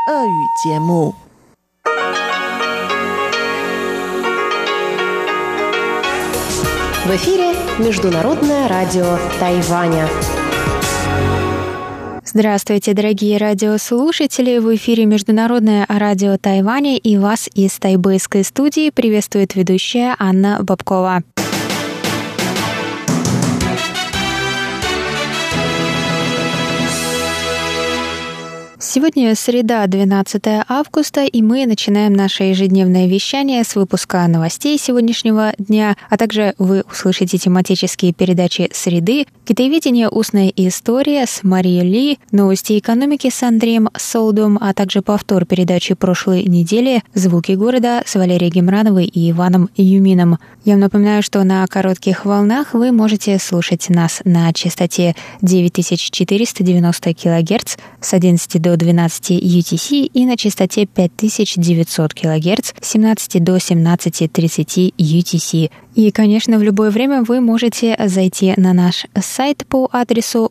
俄语节目。 В эфире Международное радио Тайваня. Здравствуйте, дорогие радиослушатели! В эфире Международное радио Тайваня, и вас из тайбэйской студии приветствует ведущая Анна Бабкова. Сегодня среда, 12 августа, и мы начинаем наше ежедневное вещание с выпуска новостей сегодняшнего дня, а также вы услышите тематические передачи «Среды», «Китаеведение. Устная история» с Марией Ли, «Новости экономики» с Андреем Солдом, а также повтор передачи прошлой недели «Звуки города» с Валерией Гемрановой и Иваном Юмином. Я вам напоминаю, что на коротких волнах вы можете слушать нас на частоте 9490 кГц с 11 до 12 UTC и на частоте 5900 кГц с 17 до 17:30 UTC. И, конечно, в любое время вы можете зайти на наш сайт по адресу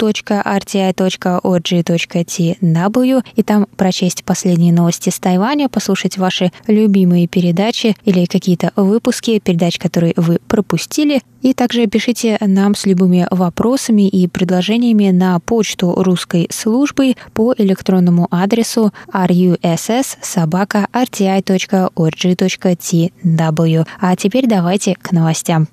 ru.rti.org.tw и там прочесть последние новости с Тайваня, послушать ваши любимые передачи или какие-то выпуски передач, которые вы пропустили. И также пишите нам с любыми вопросами и предложениями на почту русской службы по электронному адресу russ@rti.org.tw. А теперь давайте к новостям.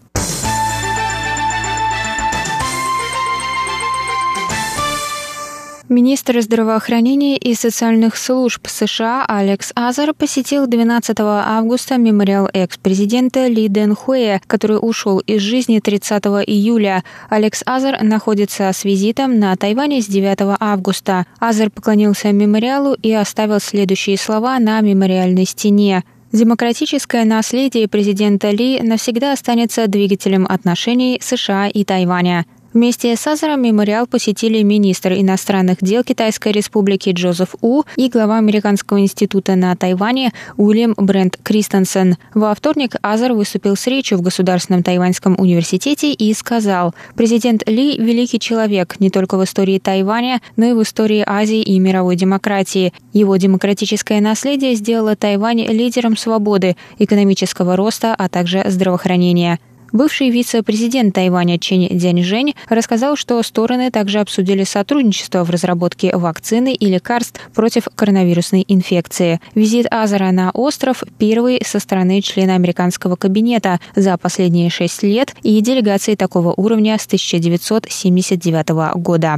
Министр здравоохранения и социальных служб США Алекс Азар посетил 12 августа мемориал экс-президента Ли Дэнхуэя, который ушел из жизни 30 июля. Алекс Азар находится с визитом на Тайване с 9 августа. Азар поклонился мемориалу и оставил следующие слова на мемориальной стене. Демократическое наследие президента Ли навсегда останется двигателем отношений США и Тайваня. Вместе с Азаром мемориал посетили министр иностранных дел Китайской Республики Джозеф У и глава Американского института на Тайване Уильям Брент Кристенсен. Во вторник Азар выступил с речью в Государственном тайваньском университете и сказал: «Президент Ли – великий человек не только в истории Тайваня, но и в истории Азии и мировой демократии. Его демократическое наследие сделало Тайвань лидером свободы, экономического роста, а также здравоохранения». Бывший вице-президент Тайваня Чэнь Дяньжэнь рассказал, что стороны также обсудили сотрудничество в разработке вакцины и лекарств против коронавирусной инфекции. Визит Азара на остров – первый со стороны члена американского кабинета за последние 6 лет и делегации такого уровня с 1979 года.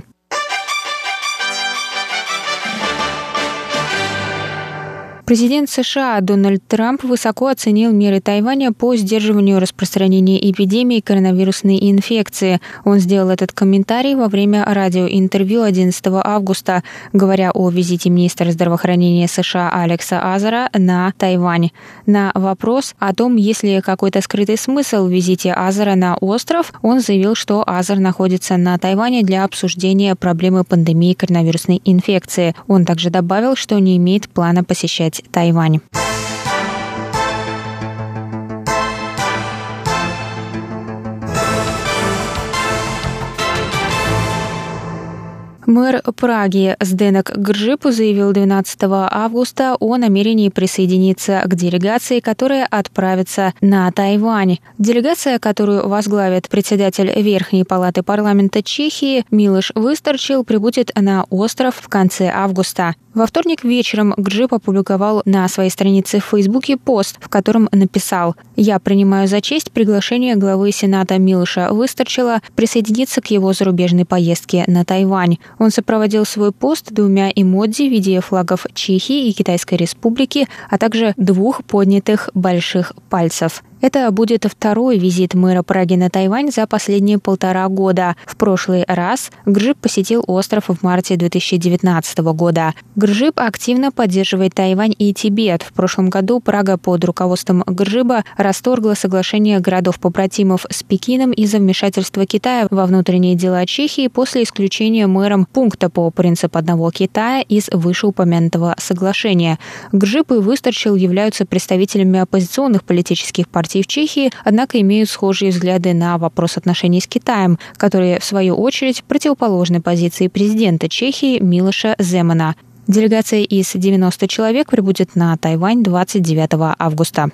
Президент США Дональд Трамп высоко оценил меры Тайваня по сдерживанию распространения эпидемии коронавирусной инфекции. Он сделал этот комментарий во время радиоинтервью 11 августа, говоря о визите министра здравоохранения США Алекса Азара на Тайвань. На вопрос о том, есть ли какой-то скрытый смысл в визите Азара на остров, он заявил, что Азар находится на Тайване для обсуждения проблемы пандемии коронавирусной инфекции. Он также добавил, что не имеет плана посещать Тайвань. Мэр Праги Сденек Гржип заявил 12 августа о намерении присоединиться к делегации, которая отправится на Тайвань. Делегация, которую возглавит председатель Верхней палаты парламента Чехии Милош Выстарчил, прибудет на остров в конце августа. Во вторник вечером Гржип опубликовал на своей странице в Фейсбуке пост, в котором написал: «Я принимаю за честь приглашение главы Сената Милоша Выстарчила присоединиться к его зарубежной поездке на Тайвань». Он сопроводил свой пост двумя эмодзи в виде флагов Чехии и Китайской Республики, а также 2 поднятых больших пальцев. Это будет второй визит мэра Праги на Тайвань за последние 1,5 года. В прошлый раз Гржип посетил остров в марте 2019 года. Гржип активно поддерживает Тайвань и Тибет. В прошлом году Прага под руководством Гржиба расторгла соглашение городов-побратимов с Пекином из-за вмешательства Китая во внутренние дела Чехии после исключения мэром пункта по принципу одного Китая из вышеупомянутого соглашения. Гржип и Выстарчил являются представителями оппозиционных политических партий в Чехии, однако имеют схожие взгляды на вопрос отношений с Китаем, которые, в свою очередь, противоположны позиции президента Чехии Милоша Земана. Делегация из 90 человек прибудет на Тайвань 29 августа.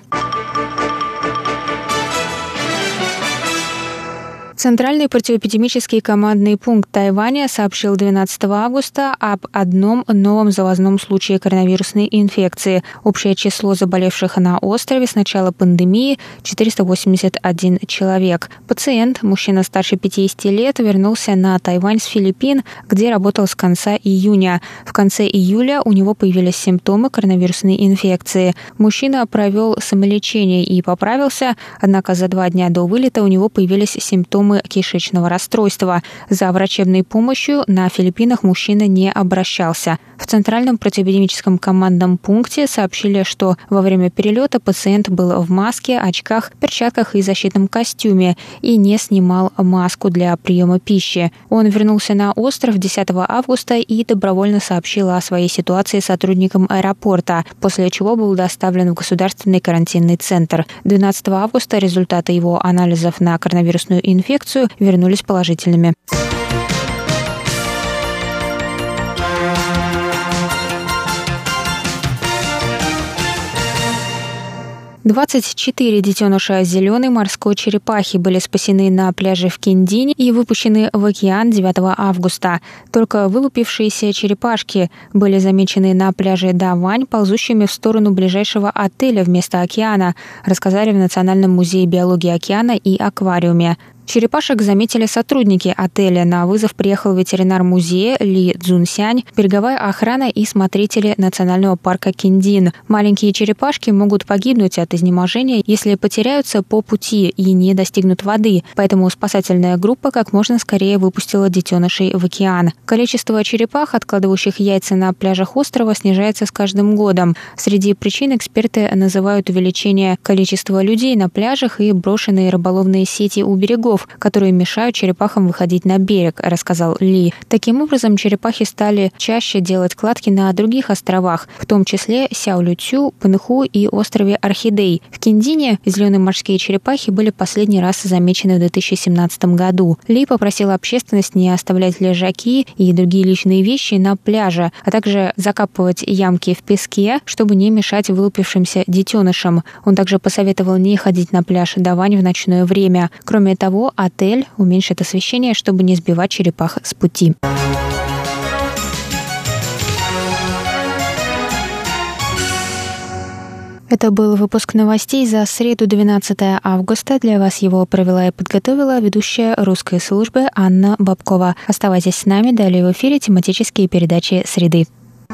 Центральный противоэпидемический командный пункт Тайваня сообщил 12 августа об одном новом завозном случае коронавирусной инфекции. Общее число заболевших на острове с начала пандемии – 481 человек. Пациент, мужчина старше 50 лет, вернулся на Тайвань с Филиппин, где работал с конца июня. В конце июля у него появились симптомы коронавирусной инфекции. Мужчина провел самолечение и поправился, однако за 2 дня до вылета у него появились симптомы кишечного расстройства. За врачебной помощью на Филиппинах мужчина не обращался. В Центральном противоэпидемическом командном пункте сообщили, что во время перелета пациент был в маске, очках, перчатках и защитном костюме и не снимал маску для приема пищи. Он вернулся на остров 10 августа и добровольно сообщил о своей ситуации сотрудникам аэропорта, после чего был доставлен в государственный карантинный центр. 12 августа результаты его анализов на коронавирусную инфекцию вернулись положительными. – 24 детеныша зеленой морской черепахи были спасены на пляже в Киндине и выпущены в океан 9 августа. Только вылупившиеся черепашки были замечены на пляже Давань, ползущими в сторону ближайшего отеля вместо океана, рассказали в Национальном музее биологии океана и аквариуме. Черепашек заметили сотрудники отеля. На вызов приехал ветеринар музея Ли Цзунсянь, береговая охрана и смотрители национального парка Киндин. Маленькие черепашки могут погибнуть от изнеможения, если потеряются по пути и не достигнут воды, поэтому спасательная группа как можно скорее выпустила детенышей в океан. Количество черепах, откладывающих яйца на пляжах острова, снижается с каждым годом. Среди причин эксперты называют увеличение количества людей на пляжах и брошенные рыболовные сети у берегов, которые мешают черепахам выходить на берег, рассказал Ли. Таким образом, черепахи стали чаще делать кладки на других островах, в том числе Сяолю-Цю, Пэнху и острове Орхидей. В Киндине зеленые морские черепахи были последний раз замечены в 2017 году. Ли попросил общественность не оставлять лежаки и другие личные вещи на пляже, а также закапывать ямки в песке, чтобы не мешать вылупившимся детенышам. Он также посоветовал не ходить на пляж Давань в ночное время. Кроме того, отель уменьшит освещение, чтобы не сбивать черепах с пути. Это был выпуск новостей за среду, 12 августа. Для вас его провела и подготовила ведущая русской службы Анна Бабкова. Оставайтесь с нами, далее в эфире тематические передачи «Среды».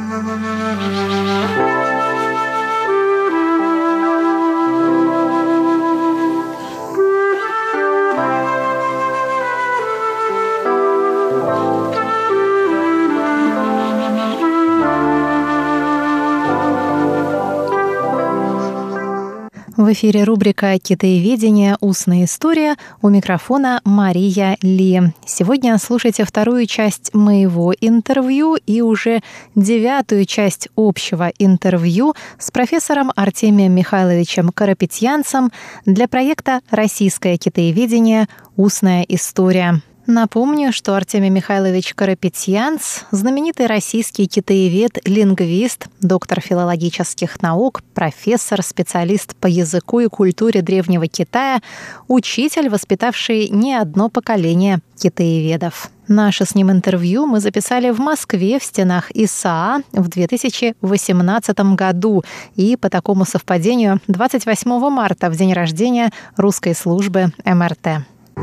В эфире рубрика «Китаеведение. Устная история». У микрофона Мария Ли. Сегодня слушайте вторую часть моего интервью и уже 9-ю часть общего интервью с профессором Артемием Михайловичем Карапетянцем для проекта «Российское китаеведение. Устная история». Напомню, что Артемий Михайлович Карапетянц – знаменитый российский китаевед, лингвист, доктор филологических наук, профессор, специалист по языку и культуре Древнего Китая, учитель, воспитавший не одно поколение китаеведов. Наше с ним интервью мы записали в Москве в стенах ИСАА в 2018 году. И по такому совпадению 28 марта, в день рождения русской службы МРТ.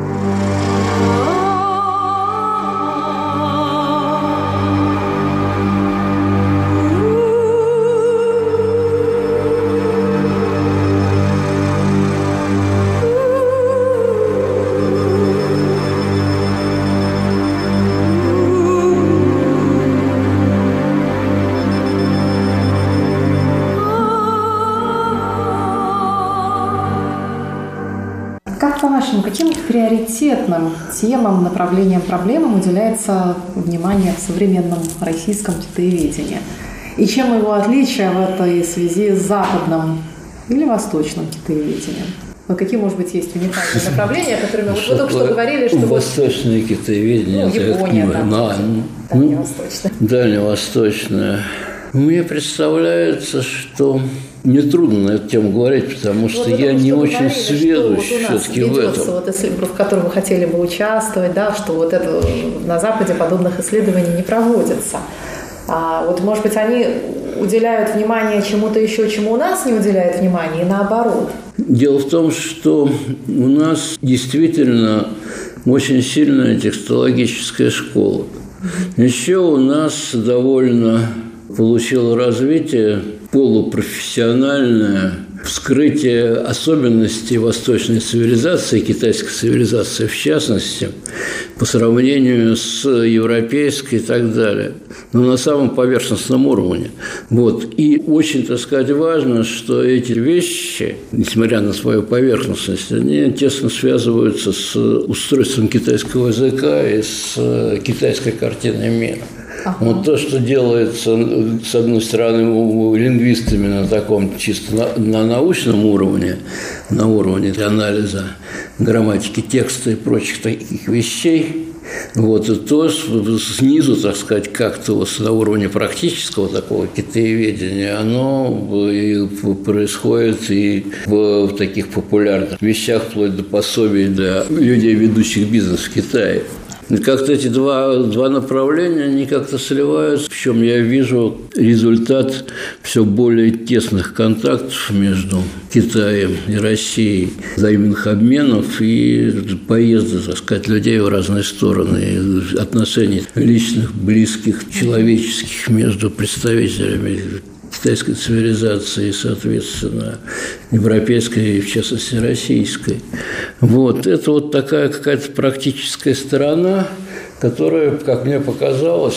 По-вашему, каким приоритетным темам, направлениям, проблемам уделяется внимание в современном российском китаеведении? И чем его отличие в этой связи с западным или восточным китаеведением? Но какие, может быть, есть уникальные направления, которыми вы только что говорили, что восточное китаеведение, Япония, дальневосточное. Дальневосточное. Мне представляется, что нетрудно на эту тему говорить, потому что я не очень сведущ все-таки в этом. Вот исследование, в котором вы хотели бы участвовать, да, что вот это на Западе подобных исследований не проводится. А вот, может быть, они уделяют внимание чему-то еще, чему у нас не уделяют внимания, и наоборот. Дело в том, что у нас действительно очень сильная текстологическая школа. Еще у нас довольно получило развитие полупрофессиональное вскрытие особенностей восточной цивилизации, китайской цивилизации в частности, по сравнению с европейской и так далее, но на самом поверхностном уровне. Вот. И очень, так сказать, важно, что эти вещи, несмотря на свою поверхностность, они тесно связываются с устройством китайского языка и с китайской картиной мира. Вот то, что делается, с одной стороны, лингвистами на таком чисто на научном уровне, на уровне анализа грамматики текста и прочих таких вещей, вот, и то снизу, так сказать, как-то вот на уровне практического такого китаеведения, оно происходит и в таких популярных вещах, вплоть до пособий для людей, ведущих бизнес в Китае. Как-то эти два направления, они как-то сливаются, в чем я вижу результат все более тесных контактов между Китаем и Россией, взаимных обменов и поезда, так сказать, людей в разные стороны, отношений личных, близких, человеческих между представителями китайской цивилизации и, соответственно, европейской и, в частности, российской. Вот. Это вот такая какая-то практическая сторона, которая, как мне показалось,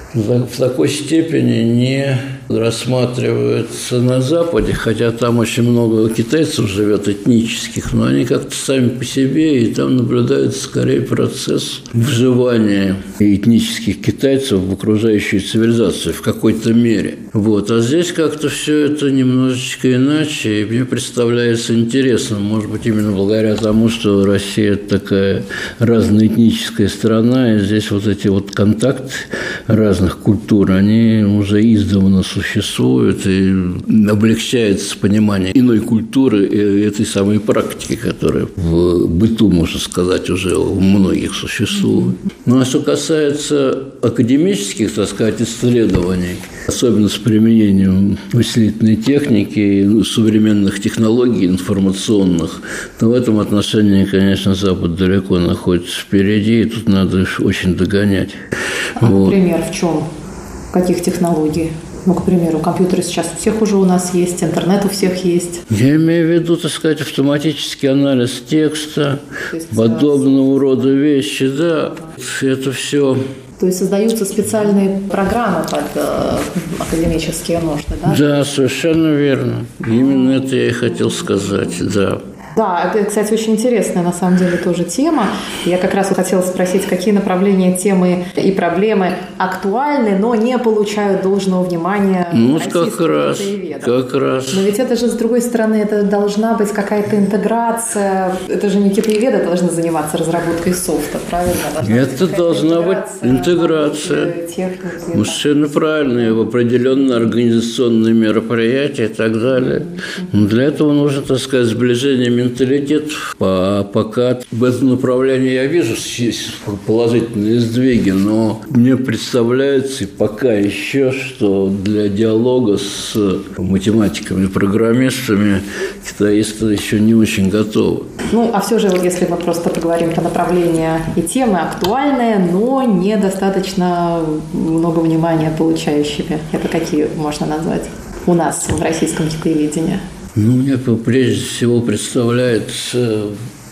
в такой степени не рассматривается на Западе, хотя там очень много китайцев живет этнических, но они как-то сами по себе, и там наблюдается скорее процесс вживания этнических китайцев в окружающую цивилизацию в какой-то мере. Вот. А здесь как-то все это немножечко иначе, и мне представляется интересным, может быть, именно благодаря тому, что Россия – это такая разноэтническая страна, и здесь вот эти вот контакты разных культур, они уже издавна существуют, и облегчается понимание иной культуры и этой самой практики, которая в быту, можно сказать, уже у многих существует. Ну, а что касается академических, так сказать, исследований, особенно с применением вычислительной техники и современных технологий информационных, то в этом отношении, конечно, Запад далеко находится впереди, и тут надо очень догонять. Например, в чем? Каких технологий? Ну, к примеру, компьютеры сейчас у всех уже у нас есть, интернет у всех есть. Я имею в виду, так сказать, автоматический анализ текста, подобного рода вещи, да. Это все. То есть создаются специальные программы под академические нужды, да? Да, совершенно верно. Именно это я и хотел сказать, да. Да, это, кстати, очень интересная, на самом деле, тоже тема. Я как раз хотела спросить, какие направления, темы и проблемы актуальны, но не получают должного внимания российских китаеведов. Как раз. Но ведь это же, с другой стороны, это должна быть какая-то интеграция. Это же не китаеведы должны заниматься разработкой софта, правильно? Это должна быть интеграция. Совершенно правильно. В определенные организационные мероприятия и так далее. Но для этого нужно, так сказать, сближение менталитетов. Пока в этом направлении я вижу положительные сдвиги, но мне представляется и пока еще, что для диалога с математиками и программистами китаисты еще не очень готовы. Ну, а все же, вот если мы просто поговорим по направлению и темы актуальные, но недостаточно много внимания получающими. Это какие можно назвать у нас в российском китаеведении? Ну, мне прежде всего представляется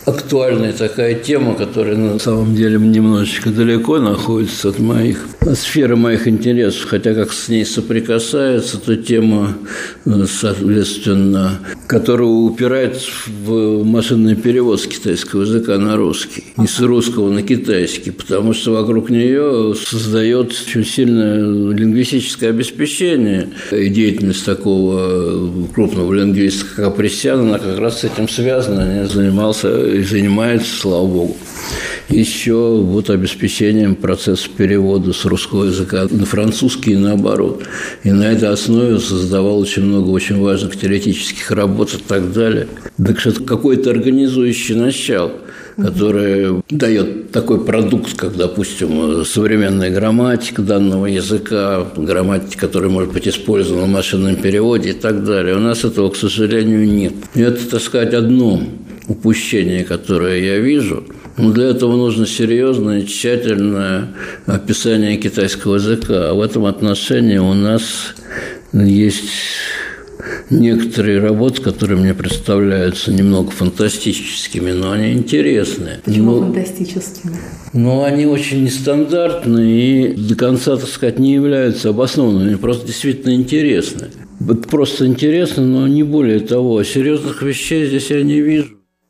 актуальная такая тема, которая на самом деле немножечко далеко находится от сферы моих интересов, хотя как с ней соприкасается, то тема, соответственно, которая упирается в машинный перевод с китайского языка на русский, и с русского на китайский, потому что вокруг нее создает очень сильное лингвистическое обеспечение, и деятельность такого крупного лингвиста, как Апресян, она как раз с этим связана, они занимается, слава богу, еще вот обеспечением процесса перевода с русского языка на французский и наоборот. И на этой основе создавал очень много очень важных теоретических работ и так далее. Так что это какое-то организующее начало, которое дает такой продукт, как, допустим, современная грамматика данного языка, грамматика, которая может быть использована в машинном переводе и так далее. У нас этого, к сожалению, нет. И это, так сказать, одно упущение, которое я вижу. Но для этого нужно серьезное, тщательное описание китайского языка. А в этом отношении у нас есть некоторые работы, которые мне представляются немного фантастическими, но они интересные. Почему фантастическими? Но они очень нестандартные и до конца, так сказать, не являются обоснованными, они просто действительно интересны. Это просто интересно, но не более того. Серьезных вещей здесь я не вижу.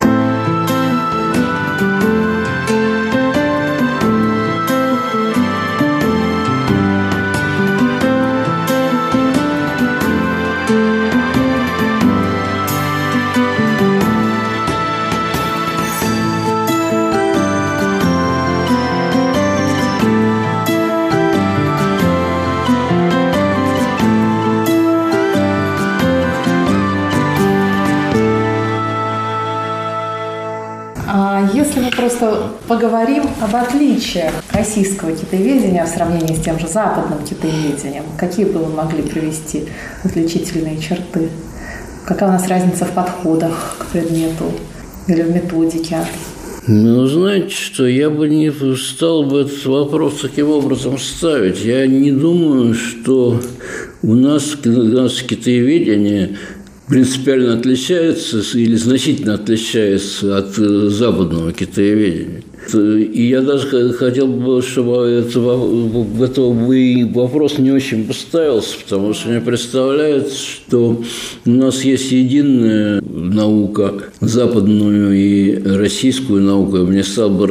Если мы просто поговорим об отличиях российского китаеведения в сравнении с тем же западным китаеведением, какие бы вы могли привести отличительные черты? Какая у нас разница в подходах к предмету или в методике? Ну, знаете что, я бы не стал бы этот вопрос таким образом ставить. Я не думаю, что у нас китаеведение принципиально отличается или значительно отличается от западного китаеведения. И я даже хотел бы, чтобы этого вопрос не очень поставился, потому что мне представляется, что у нас есть единая наука, западную и российскую науку. Я бы не стал бы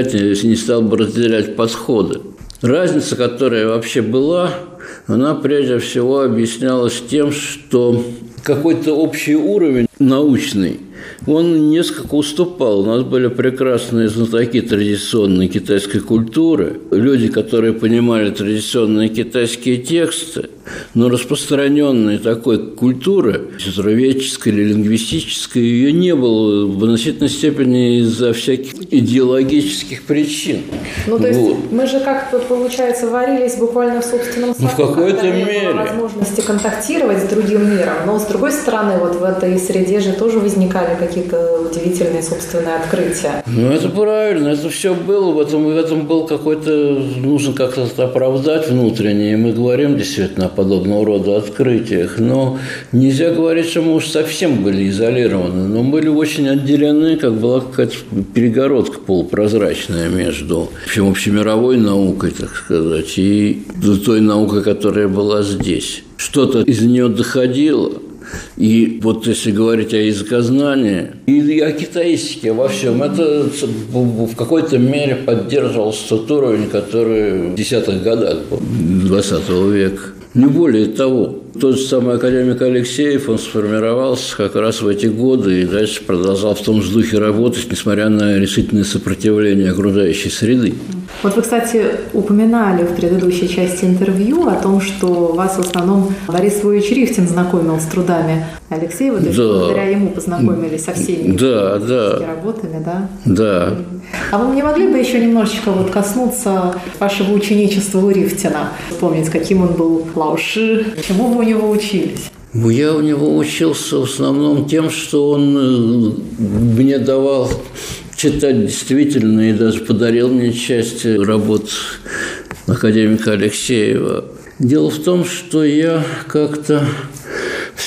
разделять подходы. Разница, которая вообще была, она прежде всего объяснялась тем, что какой-то общий уровень научный, он несколько уступал. У нас были прекрасные знатоки традиционной китайской культуры, люди, которые понимали традиционные китайские тексты, но распространенной такой культуры, литературоведческой или лингвистической, ее не было в значительной степени из-за всяких идеологических причин. Ну, то есть мы же как-то, получается, варились буквально в собственном соку, в какой-то мере. Не было возможности контактировать с другим миром, но, с другой стороны, вот в этой среде же тоже возникали какие-то удивительные собственные открытия. Ну, это правильно, это все было, в этом был какой-то, нужно как-то оправдать внутреннее, мы говорим действительно о подобного рода открытиях, но нельзя говорить, что мы уж совсем были изолированы, но были очень отделены, как была какая-то перегородка полупрозрачная между общемировой наукой, так сказать, и той наукой, которая была здесь. Что-то из нее доходило. И вот если говорить о языкознании и о китаистике во всем, это в какой-то мере поддерживался тот уровень, который в 10-х годах был 20 века. Не более того, тот же самый академик Алексеев, он сформировался как раз в эти годы и дальше продолжал в том же духе работать, несмотря на решительное сопротивление окружающей среды. Вот вы, кстати, упоминали в предыдущей части интервью о том, что вас в основном Борис Львович Рифтин знакомил с трудами Алексеева, то есть благодаря ему познакомились со всеми работами, да? Да. А вы не могли бы еще немножечко вот коснуться вашего ученичества у Рифтина? Вспомнить, каким он был лауши, чему вы у него учились? Я у него учился в основном тем, что он мне давал читать действительно и даже подарил мне часть работ академика Алексеева. Дело в том, что я как-то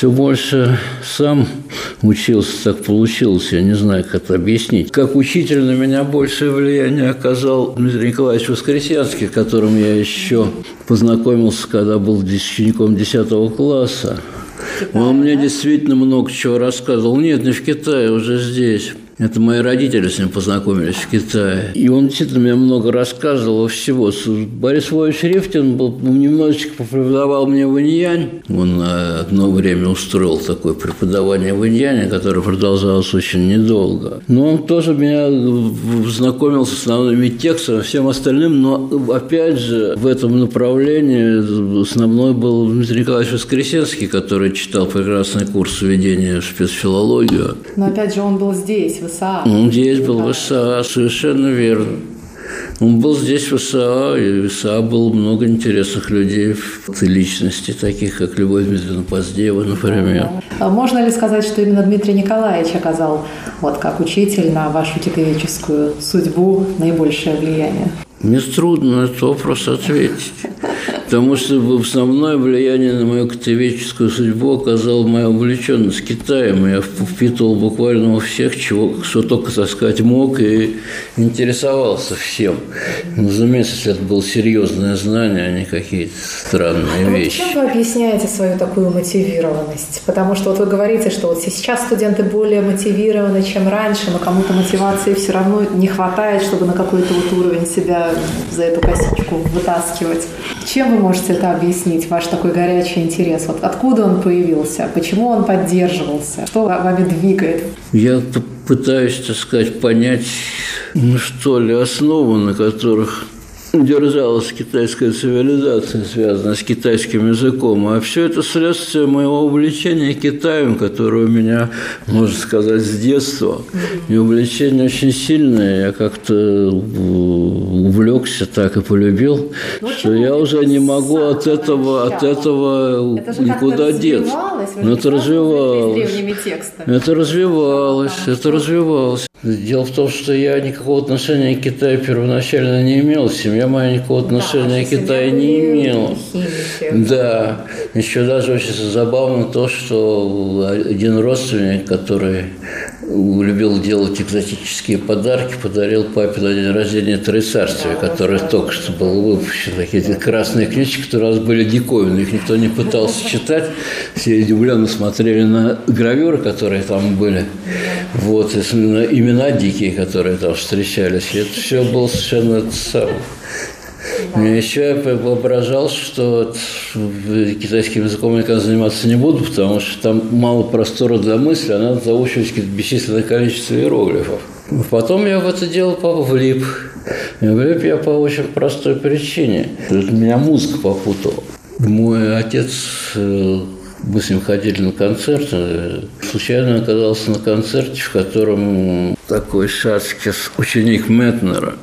все больше сам учился, так получилось, я не знаю, как это объяснить. Как учитель на меня большее влияние оказал Дмитрий Николаевич Воскресенский, с которым я еще познакомился, когда был учеником 10 класса. Он мне действительно много чего рассказывал. Нет, не в Китае, уже здесь. Это мои родители с ним познакомились в Китае. И он действительно мне много рассказывал всего. Борис Львович Рифтин немножечко преподавал мне в Иньянь. Он одно время устроил такое преподавание в Иньяне, которое продолжалось очень недолго. Но он тоже меня знакомил с основными текстами, всем остальным. Но, опять же, в этом направлении основной был Дмитрий Николаевич Воскресенский, который читал прекрасный курс введения в спецфилологию. Но, опять же, он был здесь, в САА. Он здесь был в САА, совершенно верно. Он был здесь в САА, и в САА было много интересных людей, личностей, таких как Любовь Дмитриевна Поздеева, например. Можно ли сказать, что именно Дмитрий Николаевич оказал, как учитель, на вашу китаеведческую судьбу наибольшее влияние? Мне трудно на этот вопрос ответить, потому что основное влияние на мою китаеведческую судьбу оказала моя увлеченность Китаем. Я впитывал буквально у всех, что только, так сказать, мог, и интересовался всем. Разумеется, если это было серьезное знание, а не какие-то странные вещи. Чем вы объясняете свою такую мотивированность? Потому что вы говорите, что сейчас студенты более мотивированы, чем раньше, но кому-то мотивации все равно не хватает, чтобы на какой-то уровень себя за эту косичку вытаскивать. Чем вы можете это объяснить, ваш такой горячий интерес? Откуда он появился? Почему он поддерживался? Что вами двигает? Я пытаюсь, так сказать, понять, основы, на которых держалась китайская цивилизация, связанная с китайским языком. А все это следствие моего увлечения Китаем, которое у меня, можно сказать, с детства. И увлечение очень сильное. Я как-то увлекся так и полюбил, что я уже не могу от этого никуда деться. Но это развивалось. Дело в том, что я никакого отношения к Китаю первоначально не имел. Семья моя никакого отношения к Китаю не имела. Да. Еще даже очень забавно то, что один родственник, который любил делать экзотические подарки, подарил папе на день рождения «Троецарствие», которое только что было выпущено. Такие красные книжки, которые у нас были диковины, их никто не пытался читать. Все удивленно смотрели на гравюры, которые там были. Вот, имена дикие, которые там встречались. И это все было совершенно это самое. Еще я воображал, что китайским языком я заниматься не буду, потому что там мало простора для мысли, а надо заучивать бесчисленное количество иероглифов. Потом я в это дело влип. И влип я по очень простой причине. Меня музыка попутала. Мой отец... Мы с ним ходили на концерт, случайно оказался на концерте, в котором такой Шацкис, ученик Метнера,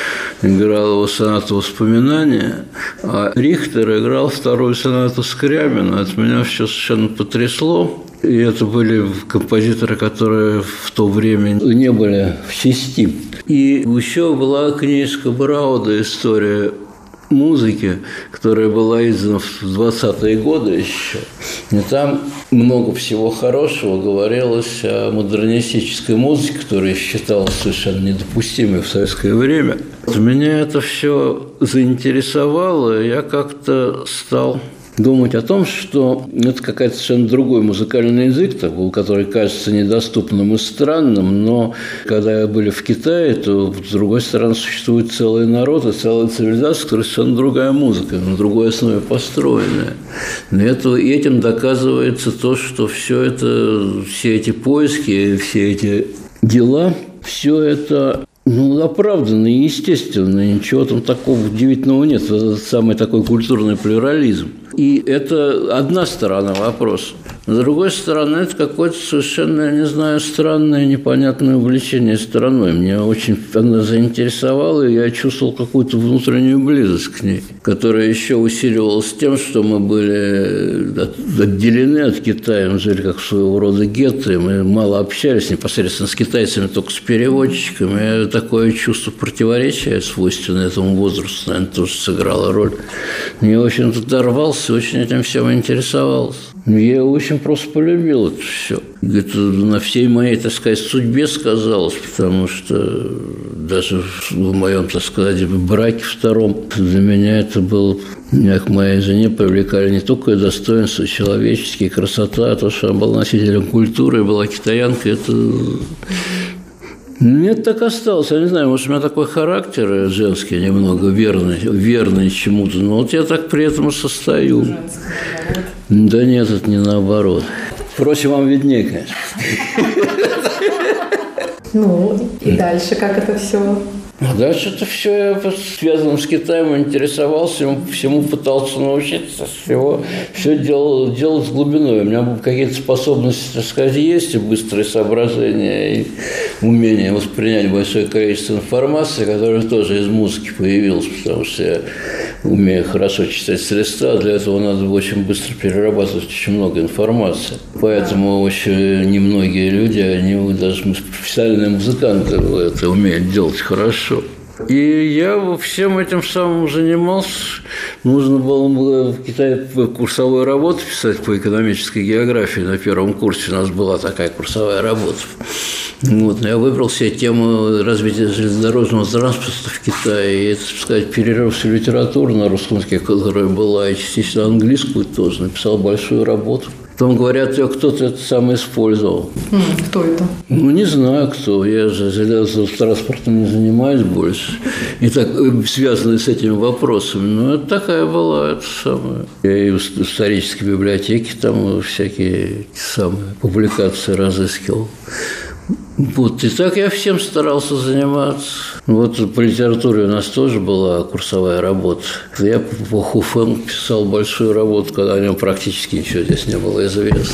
играл его сонату воспоминания, а Рихтер играл вторую сонату Скрябина. Это меня все совершенно потрясло. И это были композиторы, которые в то время не были в части. И еще была книжка Брауда «История музыки», которая была издана в 20-е годы еще. И там много всего хорошего говорилось о модернистической музыке, которая считалась совершенно недопустимой в советское время. Меня это все заинтересовало, и я как-то стал думать о том, что это какой-то совершенно другой музыкальный язык, который кажется недоступным и странным, но когда были в Китае, то, с другой стороны, существует целый народ и целая цивилизация, которая совершенно другая музыка, на другой основе построенная. И этим доказывается то, что все эти поиски, все эти дела, все это оправданно и естественно, ничего там такого удивительного нет. Это самый такой культурный плюрализм. И это одна сторона вопроса. С другой стороны, это какое-то совершенно, я не знаю, странное, непонятное увлечение страной. Меня очень она заинтересовала, и я чувствовал какую-то внутреннюю близость к ней, которая еще усиливалась тем, что мы были отделены от Китая, мы жили как своего рода гетто, мы мало общались непосредственно с китайцами, только с переводчиками. И такое чувство противоречия, свойственное этому возрасту, наверное, тоже сыграло роль. Я, в общем-то, дорвался, очень этим всем интересовался. Я очень очень просто полюбил это все. Это на всей моей, так сказать, судьбе сказалось, потому что даже в моем, так сказать, браке втором для меня это было... Меня к моей жене привлекали не только достоинства человеческие, красота, а то, что она была носителем культуры, была китаянкой, это... Мне так осталось, я не знаю, может, у меня такой характер женский немного, верный чему-то, но вот я так при этом состою. Да нет, это не наоборот. Впрочем, вам виднее, конечно. Ну, и дальше как это все? А дальше это все я связано с Китаем, интересовался, всему пытался научиться, все делал с глубиной. У меня какие-то способности, так сказать, есть, и быстрое соображение, и умение воспринять большое количество информации, которое тоже из музыки появилось, потому что я умею хорошо читать с листа, для этого надо очень быстро перерабатывать очень много информации. Поэтому очень немногие люди, они даже профессиональные музыканты это умеют делать хорошо. И я всем этим самым занимался. Нужно было в Китае курсовую работу писать по экономической географии. На первом курсе у нас была такая курсовая работа. Вот. Я выбрал себе тему развития железнодорожного транспорта в Китае. И это, так сказать, перерыв всю литературу на русском языке, которая была, и частично английскую тоже. Написал большую работу. Потом говорят, кто-то это сам использовал. Кто это? Ну, не знаю, кто. Я же железным транспортом не занимаюсь больше. И так, связанный с этими вопросами. Ну, это такая была, это самое. Я и в исторической библиотеке там всякие самые публикации разыскивал. Вот. И так я всем старался заниматься. Вот по литературе у нас тоже была курсовая работа. Я по Хуфенгу писал большую работу, когда о нем практически ничего здесь не было известно.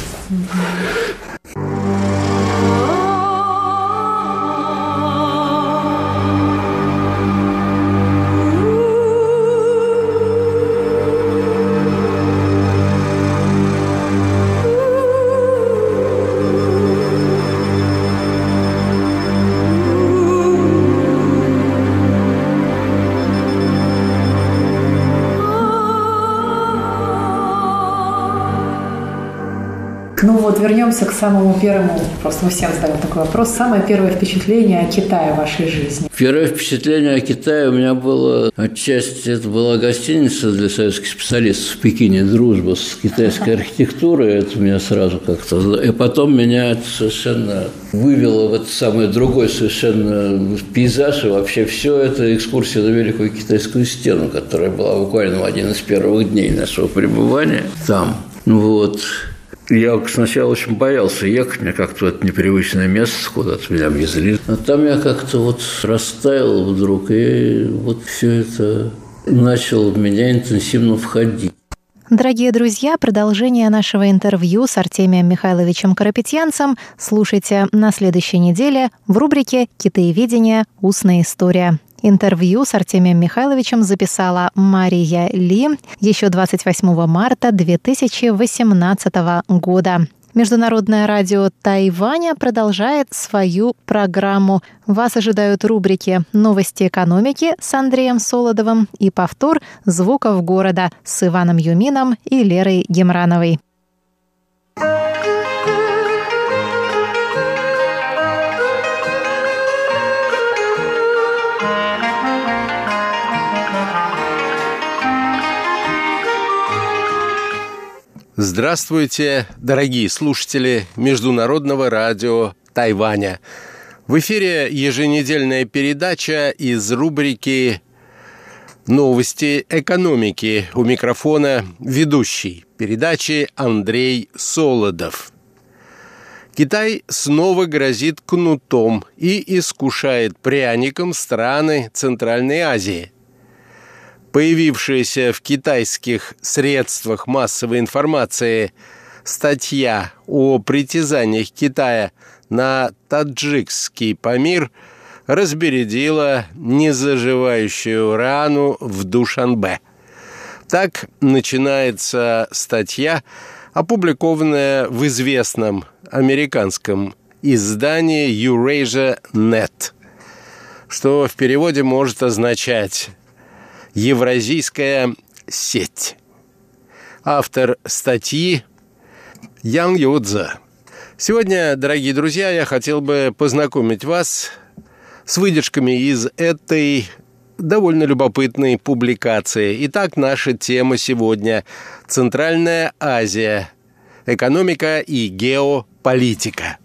Ну вот, вернемся к самому первому, просто мы всем задаем такой вопрос. Самое первое впечатление о Китае в вашей жизни? Первое впечатление о Китае у меня было, отчасти, это была гостиница для советских специалистов в Пекине, дружба с китайской архитектурой, это меня сразу как-то... И потом меня это совершенно вывело в этот самый другой совершенно пейзаж, и вообще все это экскурсия на Великую Китайскую стену, которая была буквально в один из первых дней нашего пребывания там. Вот. Я сначала очень боялся ехать, мне как-то это непривычное место, куда-то меня везли. А там я как-то вот растаял вдруг, и вот все это начало в меня интенсивно входить. Дорогие друзья, продолжение нашего интервью с Артемием Михайловичем Карапетянцем слушайте на следующей неделе в рубрике «Китаеведение. Устная история». Интервью с Артемием Михайловичем записала Мария Ли еще 28 марта 2018 года. Международное радио Тайваня продолжает свою программу. Вас ожидают рубрики «Новости экономики» с Андреем Солодовым и повтор «Звуков города» с Иваном Юмином и Лерой Гемрановой. Здравствуйте, дорогие слушатели Международного радио Тайваня. В эфире еженедельная передача из рубрики «Новости экономики». У микрофона ведущий передачи Андрей Солодов. Китай снова грозит кнутом и искушает пряником страны Центральной Азии. Появившаяся в китайских средствах массовой информации статья о притязаниях Китая на таджикский Памир разбередила незаживающую рану в Душанбе. Так начинается статья, опубликованная в известном американском издании Eurasia.net, что в переводе может означать «Евразийская сеть». Автор статьи Ян Юдзе. Сегодня, дорогие друзья, я хотел бы познакомить вас с выдержками из этой довольно любопытной публикации. Итак, наша тема сегодня – Центральная Азия, экономика и геополитика.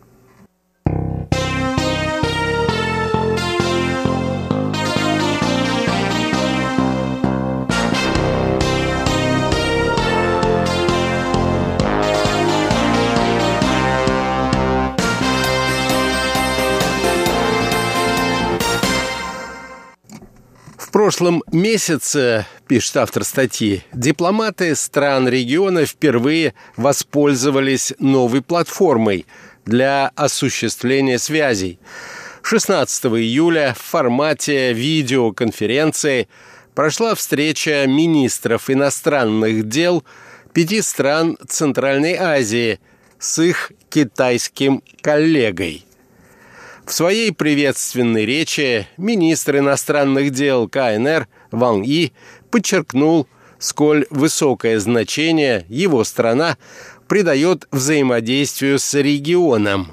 В прошлом месяце, пишет автор статьи, дипломаты стран региона впервые воспользовались новой платформой для осуществления связей. 16 июля в формате видеоконференции прошла встреча министров иностранных дел 5 стран Центральной Азии с их китайским коллегой. В своей приветственной речи министр иностранных дел КНР Ван И подчеркнул, сколь высокое значение его страна придает взаимодействию с регионом.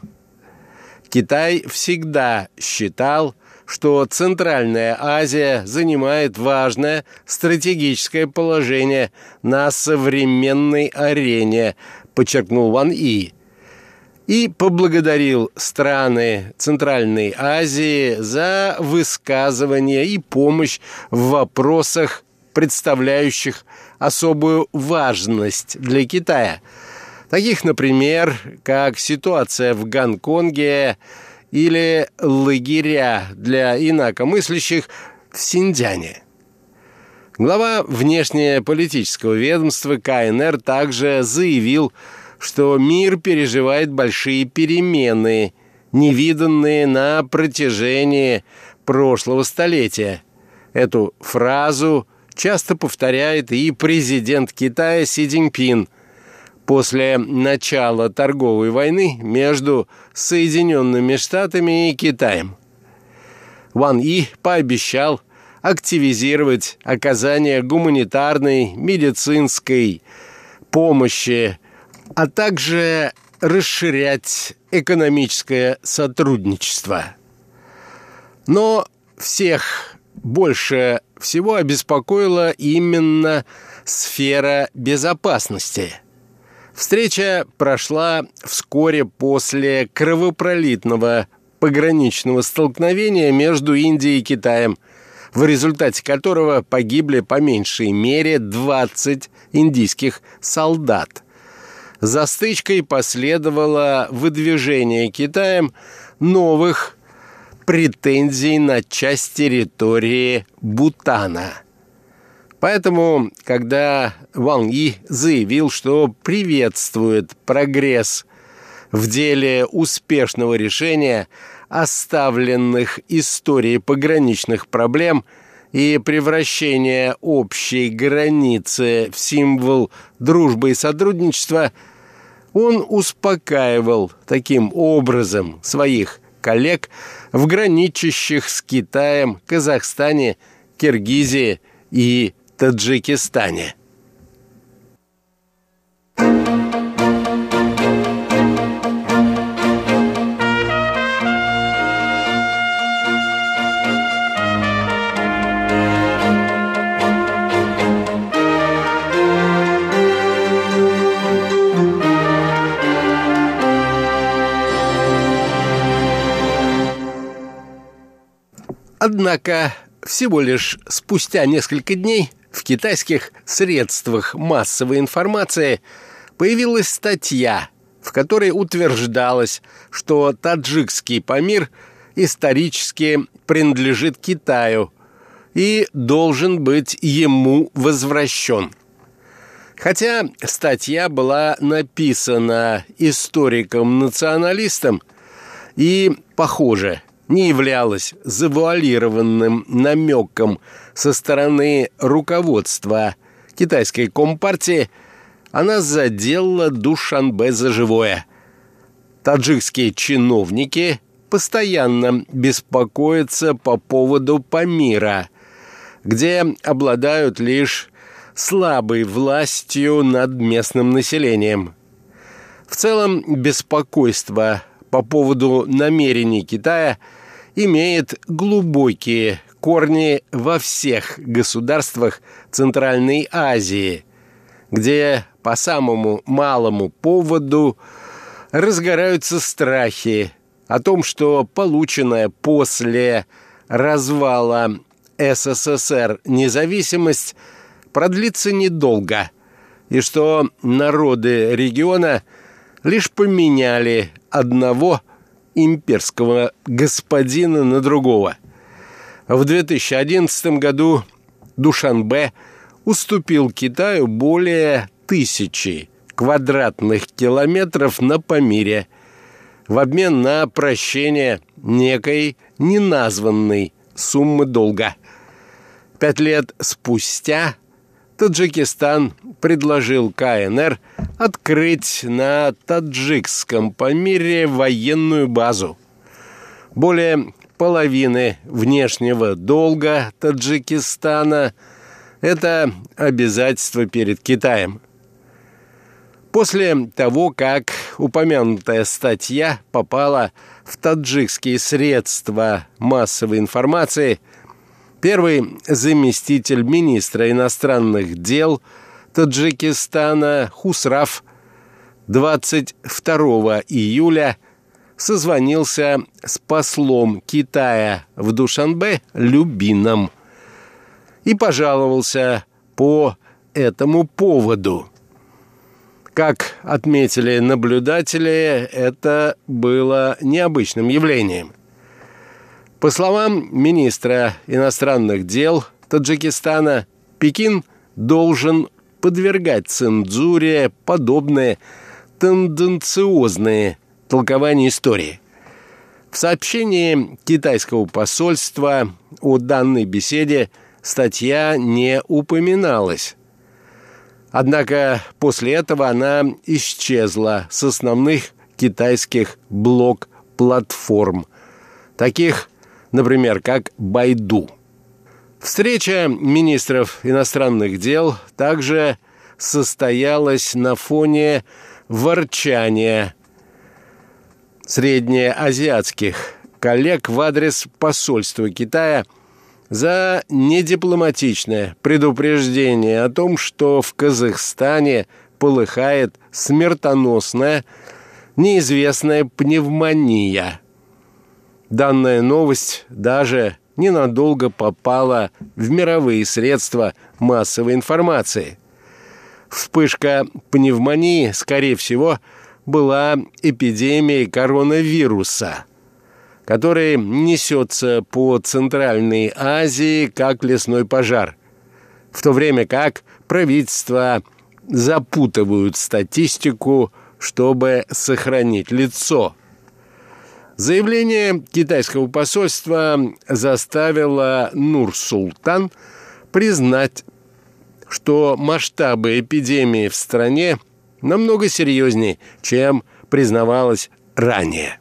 Китай всегда считал, что Центральная Азия занимает важное стратегическое положение на современной арене, подчеркнул Ван И. И поблагодарил страны Центральной Азии за высказывание и помощь в вопросах, представляющих особую важность для Китая. Таких, например, как ситуация в Гонконге или лагеря для инакомыслящих в Синьцзяне. Глава внешнеполитического ведомства КНР также заявил, что мир переживает большие перемены, невиданные на протяжении прошлого столетия. Эту фразу часто повторяет и президент Китая Си Цзиньпин после начала торговой войны между Соединенными Штатами и Китаем. Ван И пообещал активизировать оказание гуманитарной, медицинской помощи, а также расширять экономическое сотрудничество. Но всех больше всего обеспокоила именно сфера безопасности. Встреча прошла вскоре после кровопролитного пограничного столкновения между Индией и Китаем, в результате которого погибли по меньшей мере 20 индийских солдат. За стычкой последовало выдвижение Китаем новых претензий на часть территории Бутана. Поэтому, когда Ван И заявил, что приветствует прогресс в деле успешного решения оставленных историей пограничных проблем и превращения общей границы в символ дружбы и сотрудничества, он успокаивал таким образом своих коллег в граничащих с Китаем Казахстане, Киргизии и Таджикистане. Однако всего лишь спустя несколько дней в китайских средствах массовой информации появилась статья, в которой утверждалось, что таджикский Памир исторически принадлежит Китаю и должен быть ему возвращен. Хотя статья была написана историком-националистом и, похоже, не являлась завуалированным намеком со стороны руководства китайской компартии, она задела Душанбе за живое. Таджикские чиновники постоянно беспокоятся по поводу Памира, где обладают лишь слабой властью над местным населением. В целом, беспокойство по поводу намерений Китая имеет глубокие корни во всех государствах Центральной Азии, где по самому малому поводу разгораются страхи о том, что полученная после развала СССР независимость продлится недолго, и что народы региона лишь поменяли одного имперского господина на другого. В 2011 году Душанбе уступил Китаю более 1000 квадратных километров на Памире в обмен на прощение некой неназванной суммы долга. 5 лет спустя Таджикистан предложил КНР открыть на таджикском Памире военную базу. Более половины внешнего долга Таджикистана – это обязательство перед Китаем. После того, как упомянутая статья попала в таджикские средства массовой информации, первый заместитель министра иностранных дел Таджикистана Хусраф 22 июля созвонился с послом Китая в Душанбе Любином и пожаловался по этому поводу. Как отметили наблюдатели, это было необычным явлением. По словам министра иностранных дел Таджикистана, Пекин должен подвергать цензуре подобные тенденциозные толкования истории. В сообщении китайского посольства о данной беседе статья не упоминалась. Однако после этого она исчезла с основных китайских блог-платформ, таких, например, как Байду. Встреча министров иностранных дел также состоялась на фоне ворчания среднеазиатских коллег в адрес посольства Китая за недипломатичное предупреждение о том, что в Казахстане полыхает смертоносная неизвестная пневмония. Данная новость даже ненадолго попала в мировые средства массовой информации. Вспышка пневмонии, скорее всего, была эпидемией коронавируса, который несется по Центральной Азии как лесной пожар, в то время как правительства запутывают статистику, чтобы сохранить лицо. Заявление китайского посольства заставило Нур-Султан признать, что масштабы эпидемии в стране намного серьезнее, чем признавалось ранее.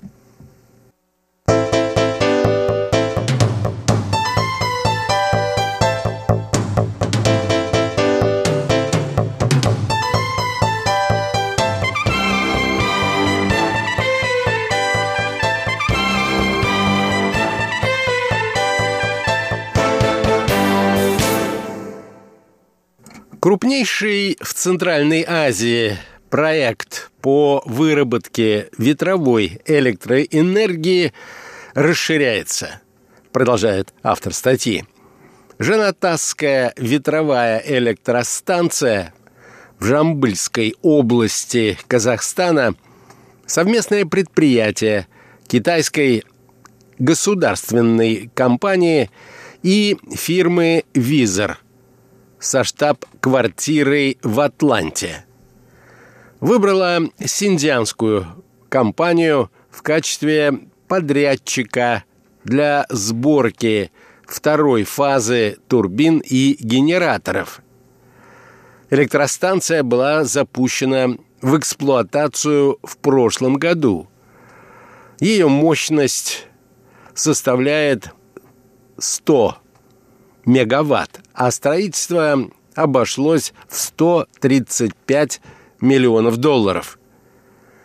Крупнейший в Центральной Азии проект по выработке ветровой электроэнергии расширяется, продолжает автор статьи. Жанатасская ветровая электростанция в Жамбыльской области Казахстана – совместное предприятие китайской государственной компании и фирмы «Визор» со штаб-квартирой в Атланте. Выбрала синьцзянскую компанию в качестве подрядчика для сборки второй фазы турбин и генераторов. Электростанция была запущена в эксплуатацию в прошлом году. Ее мощность составляет 100 мегаватт, а строительство обошлось в $135 миллионов.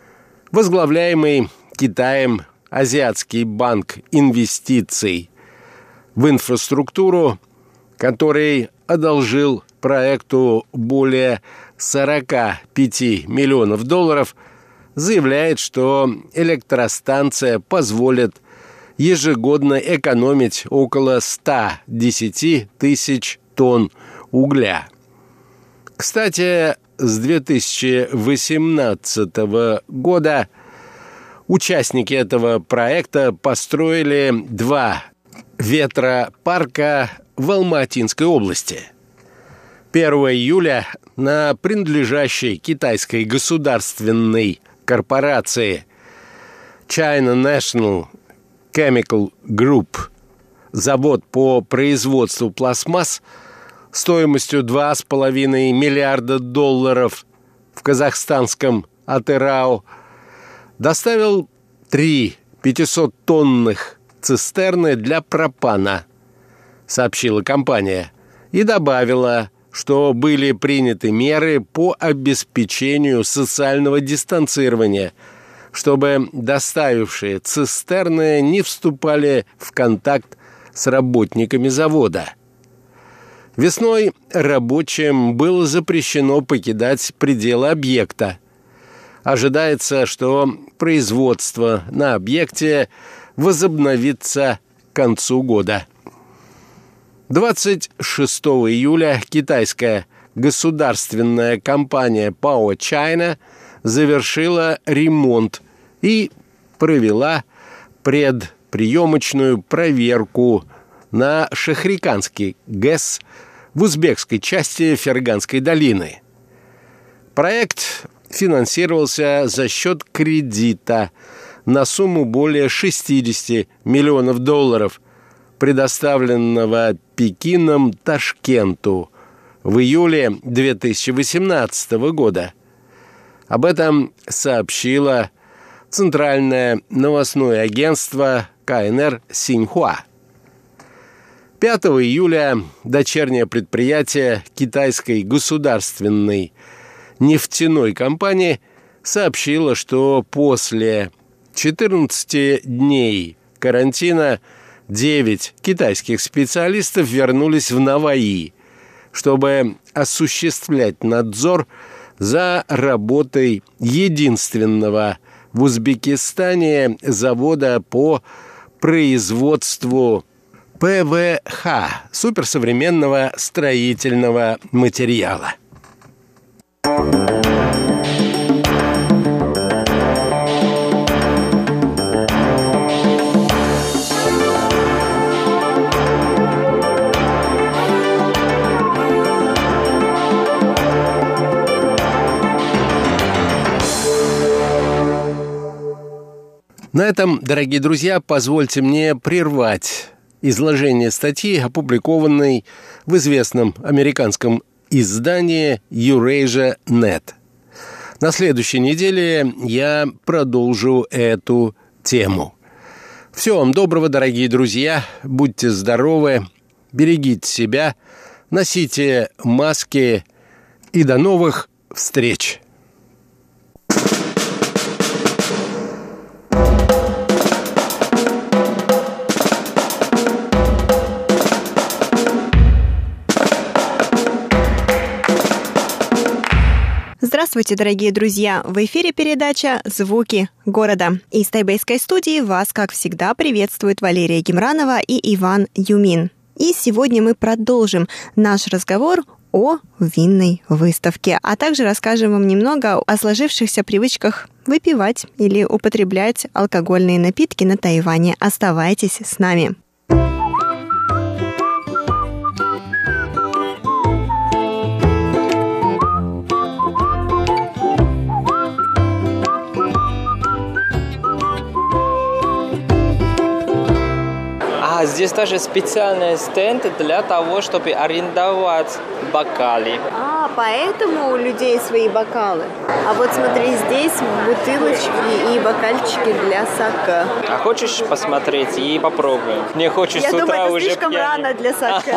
возглавляемый Китаем Азиатский банк инвестиций в инфраструктуру, который одолжил проекту более 45 миллионов долларов, заявляет, что электростанция позволит ежегодно экономить около 110 тысяч тонн угля. Кстати, с 2018 года участники этого проекта построили 2 ветропарка в Алма-Атинской области. 1 июля на принадлежащей китайской государственной корпорации China National Chemical Group завод по производству пластмасс стоимостью $2,5 миллиарда в казахстанском Атырау доставил 3 500-тонных цистерны для пропана, сообщила компания, и добавила, что были приняты меры по обеспечению социального дистанцирования, чтобы доставившие цистерны не вступали в контакт с работниками завода. Весной рабочим было запрещено покидать пределы объекта. Ожидается, что производство на объекте возобновится к концу года. 26 июля китайская государственная компания Power China завершила ремонт и провела предприемочную проверку на Шахриканский ГЭС в узбекской части Ферганской долины. Проект финансировался за счет кредита на сумму более 60 миллионов долларов, предоставленного Пекином Ташкенту в июле 2018 года. Об этом сообщило Центральное новостное агентство КНР «Синьхуа». 5 июля дочернее предприятие китайской государственной нефтяной компании сообщило, что после 14 дней карантина 9 китайских специалистов вернулись в Наваи, чтобы осуществлять надзор за работой единственного в Узбекистане завода по производству ПВХ, суперсовременного строительного материала. На этом, дорогие друзья, позвольте мне прервать изложение статьи, опубликованной в известном американском издании Eurasia.net. На следующей неделе я продолжу эту тему. Всего вам доброго, дорогие друзья, будьте здоровы, берегите себя, носите маски и до новых встреч! Здравствуйте, дорогие друзья! В эфире передача «Звуки города». Из тайбэйской студии вас, как всегда, приветствуют Валерия Гемранова и Иван Юмин. И сегодня мы продолжим наш разговор о винной выставке, а также расскажем вам немного о сложившихся привычках выпивать или употреблять алкогольные напитки на Тайване. Оставайтесь с нами. Здесь даже специальный стенд для того, чтобы арендовать бокалы. Поэтому у людей свои бокалы. А вот смотри, здесь бутылочки и бокальчики для саке. А хочешь посмотреть и попробуем? Не хочешь с утра уже думаю, это слишком рано для саке.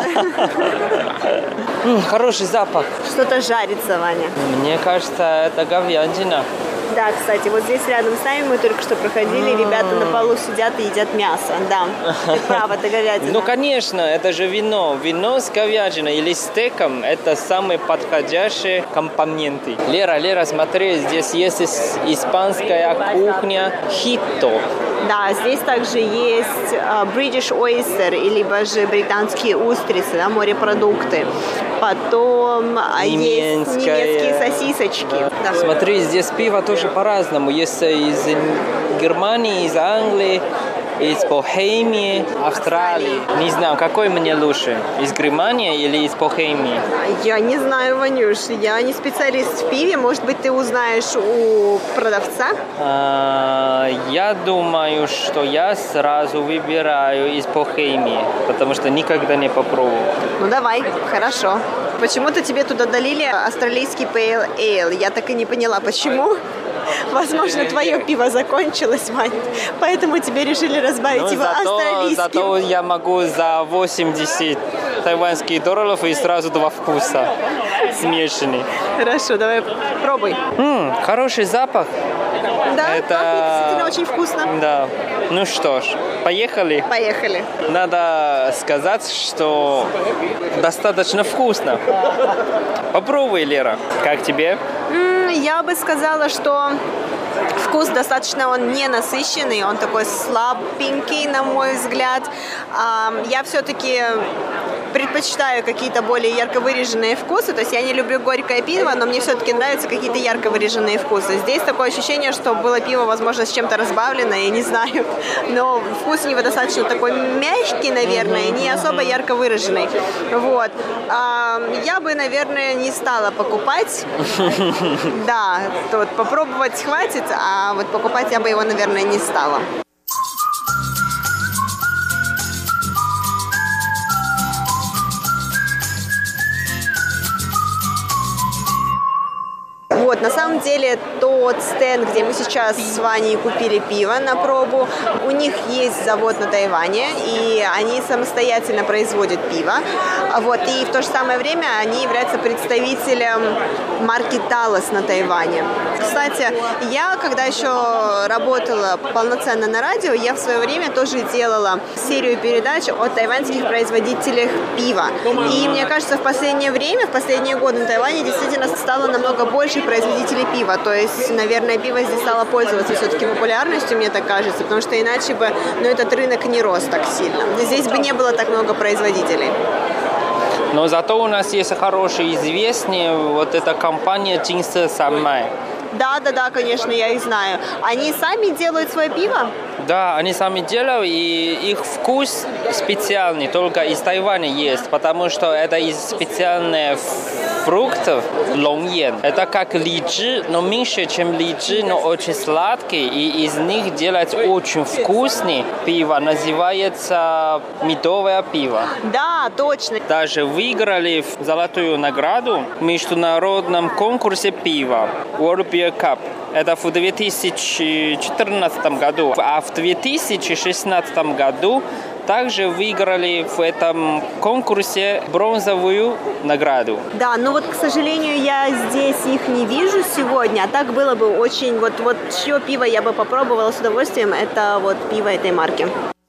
Хороший запах. Что-то жарится, Ваня. Мне кажется, это говядина. Да, кстати, вот здесь рядом с нами мы только что проходили, ребята на полу сидят и едят мясо. Да, ты прав, это говядина. Ну, конечно, это же вино. Вино с говядиной или стейком – это самые подходящие компоненты. Лера, смотри, здесь есть испанская кухня хито. Да, здесь также есть British oyster, либо же британские устрицы, да, морепродукты. Потом есть немецкие сосисочки. Да. Смотри, здесь пиво тоже по-разному. Есть из Германии, из Англии, из Богемии, Австралии. Не знаю, какой мне лучше, из Германии или из Богемии? Я не знаю, Ванюш, я не специалист в пиве. Может быть, ты узнаешь у продавца? Я думаю, что я сразу выбираю из Богемии, потому что никогда не попробовал. Ну давай, хорошо. Почему-то тебе туда долили австралийский Pale Ale. Я так и не поняла, почему. Возможно, твое пиво закончилось, Вань, поэтому тебе решили разбавить его австралийским. Зато я могу за 80 тайваньских долларов и сразу два вкуса смешанные. Хорошо, давай пробуй. Хороший запах. Да, это действительно очень вкусно. Да. Ну что ж, поехали? Поехали. Надо сказать, что достаточно вкусно. Попробуй, Лера. Как тебе? Я бы сказала, что вкус достаточно, он не насыщенный, он такой слабенький, на мой взгляд. Я все-таки предпочитаю какие-то более ярко выраженные вкусы, то есть я не люблю горькое пиво, но мне все-таки нравятся какие-то ярко выраженные вкусы. Здесь такое ощущение, что было пиво, возможно, с чем-то разбавлено, я не знаю, но вкус у него достаточно такой мягкий, наверное, не особо ярко выраженный. Вот. Я бы, наверное, не стала покупать. Да, тут попробовать хватит, а вот покупать я бы его, наверное, не стала. Вот, на самом деле, тот стенд, где мы сейчас с Ваней купили пиво на пробу, у них есть завод на Тайване, и они самостоятельно производят пиво. Вот, и в то же самое время они являются представителем марки Талос на Тайване. Кстати, я, когда еще работала полноценно на радио, я в свое время тоже делала серию передач о тайваньских производителях пива. И мне кажется, в последнее время, в последние годы на Тайване действительно стало намного больше производителей пива. То есть, наверное, пиво здесь стало пользоваться все-таки популярностью, мне так кажется, потому что иначе бы, этот рынок не рос так сильно. Здесь бы не было так много производителей. Но зато у нас есть хорошие известные, вот эта компания Jinse Samai. Да, конечно, я их знаю. Они сами делают свое пиво? Да, они сами делают, и их вкус специальный, только из Тайваня есть, потому что это из специальных фруктов лонгьен. Это как личи, но меньше, чем личи, но очень сладкий, и из них делать очень вкусный пиво, называется медовое пиво. Да, точно. Даже выиграли золотую награду в международном конкурсе пива World Beer Cup. Это в 2014 году. А в 2016 году также выиграли в этом конкурсе бронзовую награду. Да, но вот, к сожалению, я здесь их не вижу сегодня. А так было бы очень... Вот чье пиво я бы попробовала с удовольствием, это вот пиво этой марки.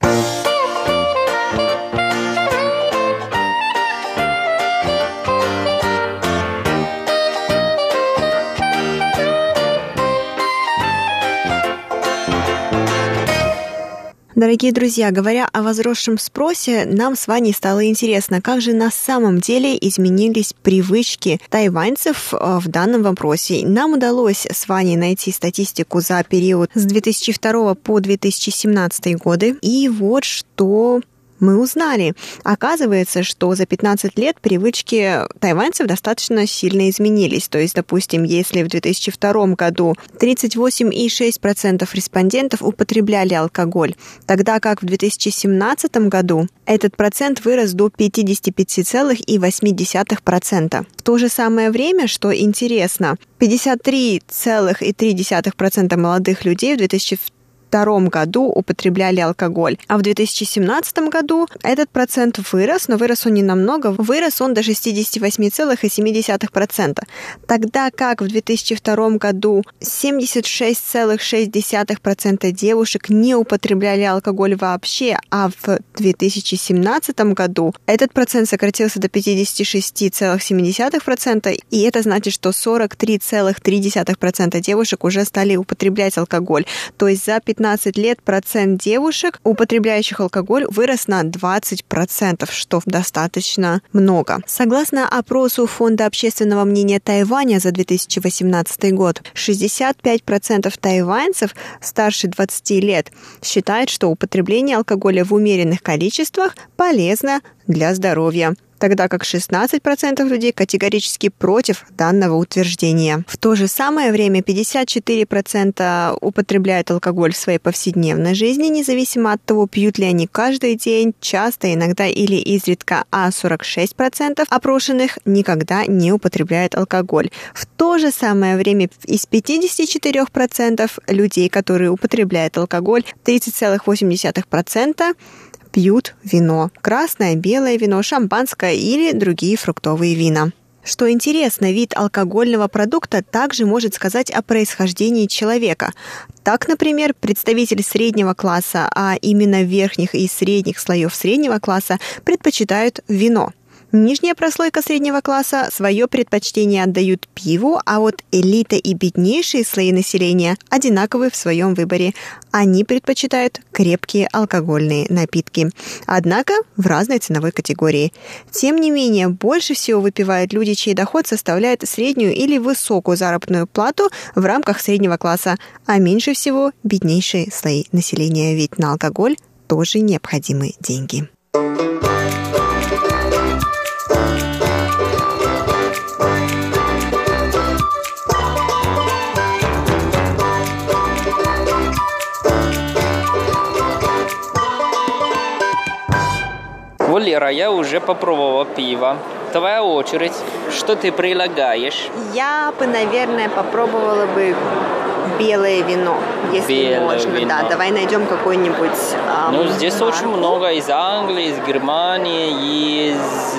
Дорогие друзья, говоря о возросшем спросе, нам с Ваней стало интересно, как же на самом деле изменились привычки тайваньцев в данном вопросе. Нам удалось с Ваней найти статистику за период с 2002 по 2017 годы. И вот что мы узнали. Оказывается, что за 15 лет привычки тайваньцев достаточно сильно изменились. То есть, допустим, если в 2002 году 38,6% респондентов употребляли алкоголь, тогда как в 2017 году этот процент вырос до 55,8%. В то же самое время, что интересно, 53,3% молодых людей в 2002 году употребляли алкоголь. А в 2017 году этот процент вырос, но вырос он не намного, вырос он до 68,7%. Тогда как в 2002 году 76,6% девушек не употребляли алкоголь вообще, а в 2017 году этот процент сократился до 56,7%, и это значит, что 43,3% девушек уже стали употреблять алкоголь. То есть за 15 лет процент девушек, употребляющих алкоголь, вырос на 20%, что достаточно много. Согласно опросу Фонда общественного мнения Тайваня за 2018 год, 65% тайваньцев старше 20 лет считают, что употребление алкоголя в умеренных количествах полезно для здоровья, тогда как 16% людей категорически против данного утверждения. В то же самое время 54% употребляют алкоголь в своей повседневной жизни, независимо от того, пьют ли они каждый день, часто, иногда или изредка, а 46% опрошенных никогда не употребляют алкоголь. В то же самое время из 54% людей, которые употребляют алкоголь, 30,8% пьют вино. Красное, белое вино, шампанское или другие фруктовые вина. Что интересно, вид алкогольного продукта также может сказать о происхождении человека. Так, например, представитель среднего класса, а именно верхних и средних слоев среднего класса, предпочитают вино. Нижняя прослойка среднего класса свое предпочтение отдают пиву, а вот элита и беднейшие слои населения одинаковы в своем выборе. Они предпочитают крепкие алкогольные напитки. Однако в разной ценовой категории. Тем не менее, больше всего выпивают люди, чей доход составляет среднюю или высокую заработную плату в рамках среднего класса, а меньше всего беднейшие слои населения, ведь на алкоголь тоже необходимы деньги. Лера, я уже попробовала пиво. Твоя очередь. Что ты предлагаешь? Я бы, наверное, попробовала бы белое вино, если белое можно. Вино. Да, давай найдем какой-нибудь. Здесь очень много из Англии, из Германии,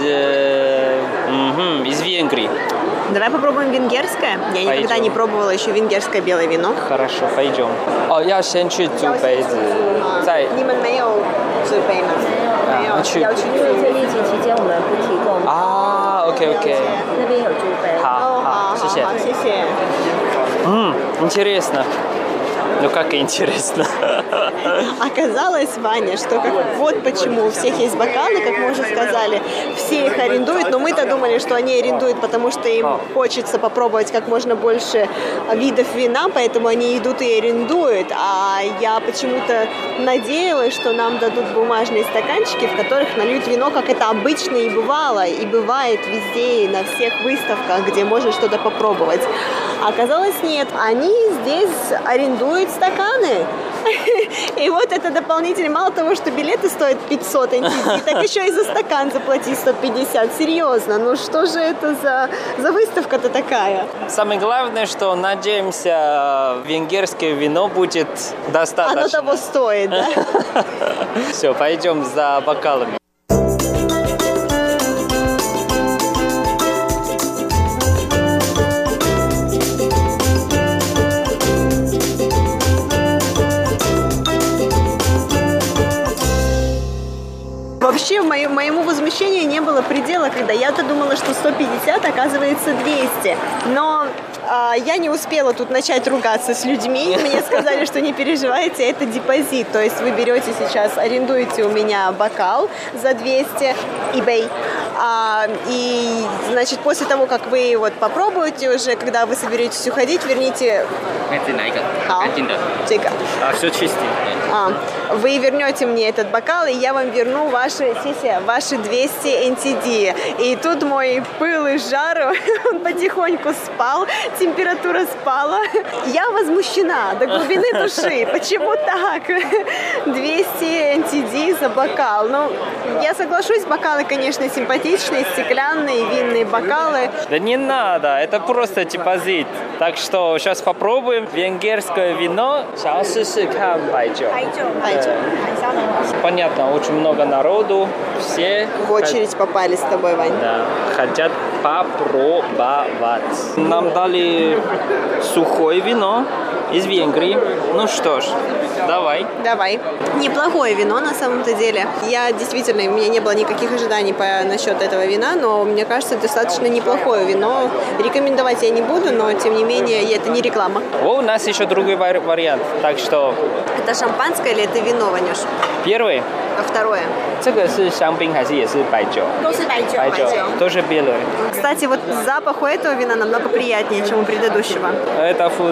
из Венгрии. Давай попробуем венгерское. Я никогда не пробовала еще венгерское белое вино. Хорошо, пойдем. Я先去煮杯子。 你们没有这杯吗？没有，要去这个疫情期间我们不提供。 OK， 那边有猪杯。 好，谢谢。 谢谢。 Интересно. Ну как интересно. Оказалось, Ваня, что вот почему у всех есть бокалы, как мы уже сказали, все их арендуют, но мы-то думали, что они арендуют, потому что им хочется попробовать как можно больше видов вина, поэтому они идут и арендуют, а я почему-то надеялась, что нам дадут бумажные стаканчики, в которых нальют вино, как это обычно и бывало, и бывает везде, и на всех выставках, где можно что-то попробовать. А оказалось, нет, они здесь арендуют стаканы. И вот это дополнительно, мало того, что билеты стоят 500 NTD, так еще и за стакан заплатить 150. Серьезно, ну что же это за выставка-то такая? Самое главное, что, надеемся, венгерское вино будет достаточно. Оно того стоит, да? Все, пойдем за бокалами. Вообще, моему возмущению не было предела, когда я-то думала, что 150, оказывается 200. Но я не успела тут начать ругаться с людьми. Мне сказали, что не переживайте, это депозит. То есть вы берете сейчас, арендуете у меня бокал за 200, eBay. И, значит, после того, как вы вот попробуете уже, когда вы соберетесь уходить, верните... Это哪一个？ 好，这个。 все чистенько. Вы вернете мне этот бокал, и я вам верну ваши 200 NTD. И тут мой пыл и жар, он потихоньку спал, температура спала. Я возмущена до глубины души. Почему так? 200 NTD за бокал. Ну, я соглашусь, бокалы, конечно, симпатичные, стеклянные, винные бокалы. Да не надо, это просто депозит. Так что сейчас попробуем венгерское вино. Сейчас сыскаем байджо. Понятно, очень много народу, все в очередь попали с тобой, Вань. Да, хотят попробовать. Нам дали сухое вино из Венгрии. Ну что ж, давай. Неплохое вино на самом-то деле. Я действительно, у меня не было никаких ожиданий насчет этого вина, но мне кажется, достаточно неплохое вино. Рекомендовать я не буду, но тем не менее, это не реклама. У нас еще другой вариант, так что... Это шампанское или это вино, Ванюш? Первый. А второе? 这个是香槟还是也是白酒？ 都是白酒。 тоже белое. Кстати, вот запах у этого вина намного приятнее, чем у предыдущего. Это в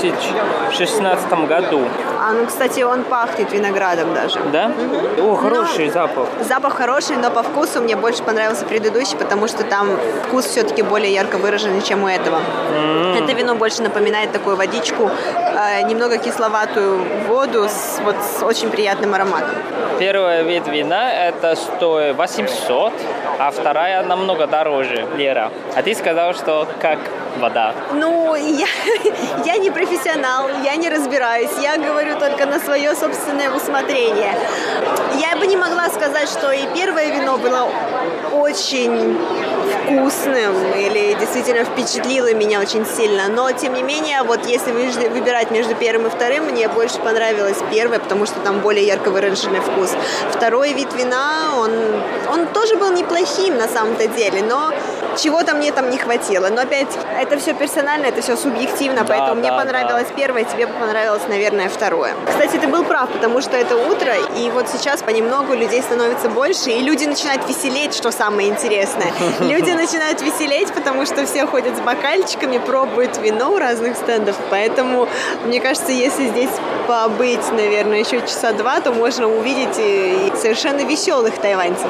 2016 году. Кстати, он пахнет виноградом даже. Да? О, хороший запах. Запах хороший, но по вкусу мне больше понравился предыдущий, потому что там вкус все-таки более ярко выраженный, чем у этого. Это вино больше напоминает такую водичку, немного кисловатую воду с очень приятным ароматом. Первый вид вина это стоит 800, а вторая намного дороже, Лера. А ты сказал, что как вода. Ну, я не профессионал, я не разбираюсь, я говорю только на свое собственное усмотрение. Я бы не могла сказать, что и первое вино было очень вкусным или действительно впечатлило меня очень сильно, но тем не менее, вот если выбирать между первым и вторым, мне больше понравилось первое, потому что там более ярко выраженный вкус. Второй вид вина, он тоже был неплохим на самом-то деле, но чего-то мне там не хватило. Но опять, это все персонально, это все субъективно, поэтому мне понравилось первое, тебе понравилось, наверное, второе. Кстати, ты был прав, потому что это утро, и вот сейчас понемногу людей становится больше, и люди начинают веселеть, что самое интересное. Люди начинают веселеть, потому что все ходят с бокальчиками, пробуют вино у разных стендов, поэтому, мне кажется, если здесь побыть, наверное, еще часа два, то можно увидеть и совершенно веселых тайваньцев.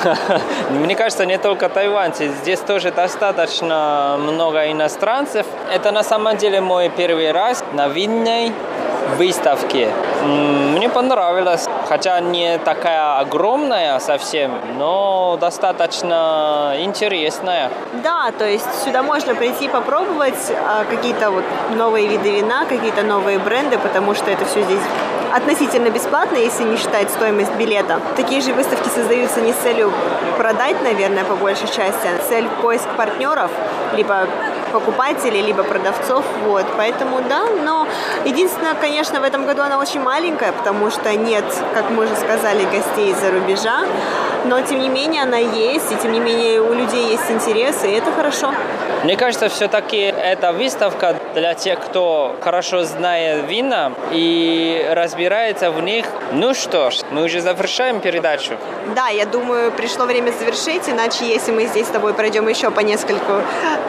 Мне кажется, не только тайваньцы, здесь тоже достаточно много иностранцев. Это на самом деле мой первый раз на винной выставке. Мне понравилось, хотя не такая огромная совсем, но достаточно интересная. Да, то есть сюда можно прийти попробовать какие-то вот новые виды вина, какие-то новые бренды, потому что это все здесь относительно бесплатно, если не считать стоимость билета. Такие же выставки создаются не с целью продать, наверное, по большей части, а с целью поиска партнеров, либо покупателей, либо продавцов, вот, поэтому да, но единственное, конечно, в этом году она очень маленькая, потому что нет, как мы уже сказали, гостей из-за рубежа, но тем не менее она есть, и тем не менее у людей есть интерес, и это хорошо. Мне кажется, все-таки эта выставка для тех, кто хорошо знает вина и разбирается в них. Ну что ж, мы уже завершаем передачу. Да, я думаю, пришло время завершить, иначе если мы здесь с тобой пройдем еще по нескольким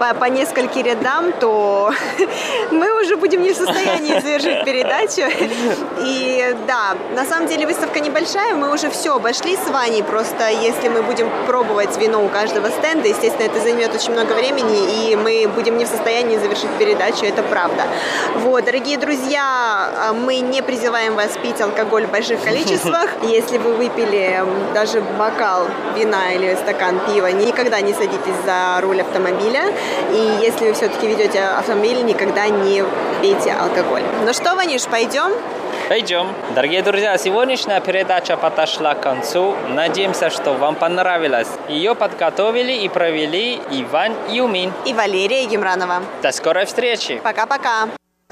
рядам, то мы уже будем не в состоянии завершить передачу. И да, на самом деле выставка небольшая, мы уже все обошли с Ваней, просто если мы будем пробовать вино у каждого стенда, естественно, это займет очень много времени, и мы будем не в состоянии завершить передачу, это правда. Вот, дорогие друзья, мы не призываем вас пить алкоголь в больших количествах. Если вы выпили даже бокал вина или стакан пива, никогда не садитесь за руль автомобиля. И если вы все-таки ведете автомобиль, никогда не пейте алкоголь. Ну что, Ванюш, пойдем? Пойдем. Дорогие друзья, сегодняшняя передача подошла к концу. Надеемся, что вам понравилось. Ее подготовили и провели Иван Юмин и Валерия Гемранова. До скорой встречи. Пока-пока.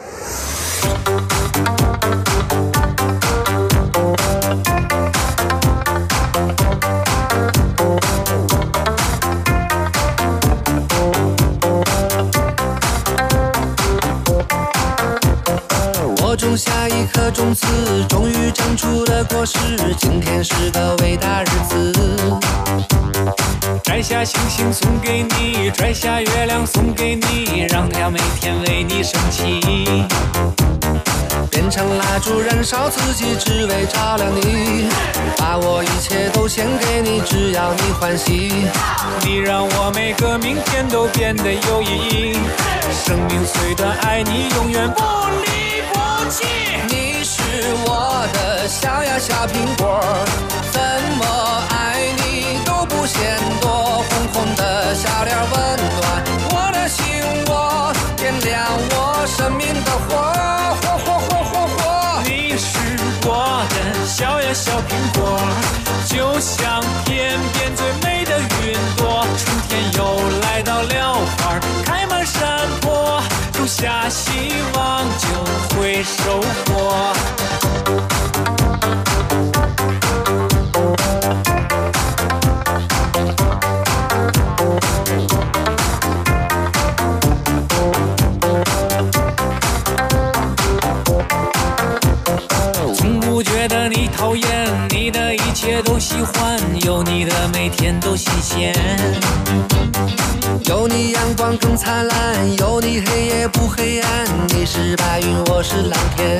我种下一颗种子，终于长出了果实。今天是个伟大日子，摘下星星送给你，摘下月亮送给你，让它每天为你升起，变成成蜡烛燃烧自己，只为照亮你，把我一切都献给你，只要你欢喜。 你让我每个明天都变得有意义，生命虽短，爱你永远不离不弃。 你是我的小呀小苹果，怎么爱你都不嫌多，红红的小脸温暖我的心窝，点亮我生命的火，火火火火火。 你是我的小呀小苹果，就像天边最美的云朵，春天又来到了花开满山坡，种下希望就会收获。从不觉得你讨厌，你的一切都喜欢，有你的每天都新鲜。 有你阳光更灿烂，有你黑夜不黑暗，你是白云，我是蓝天。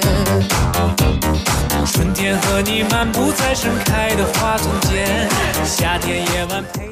春天和你漫步在盛开的花丛间，夏天夜晚陪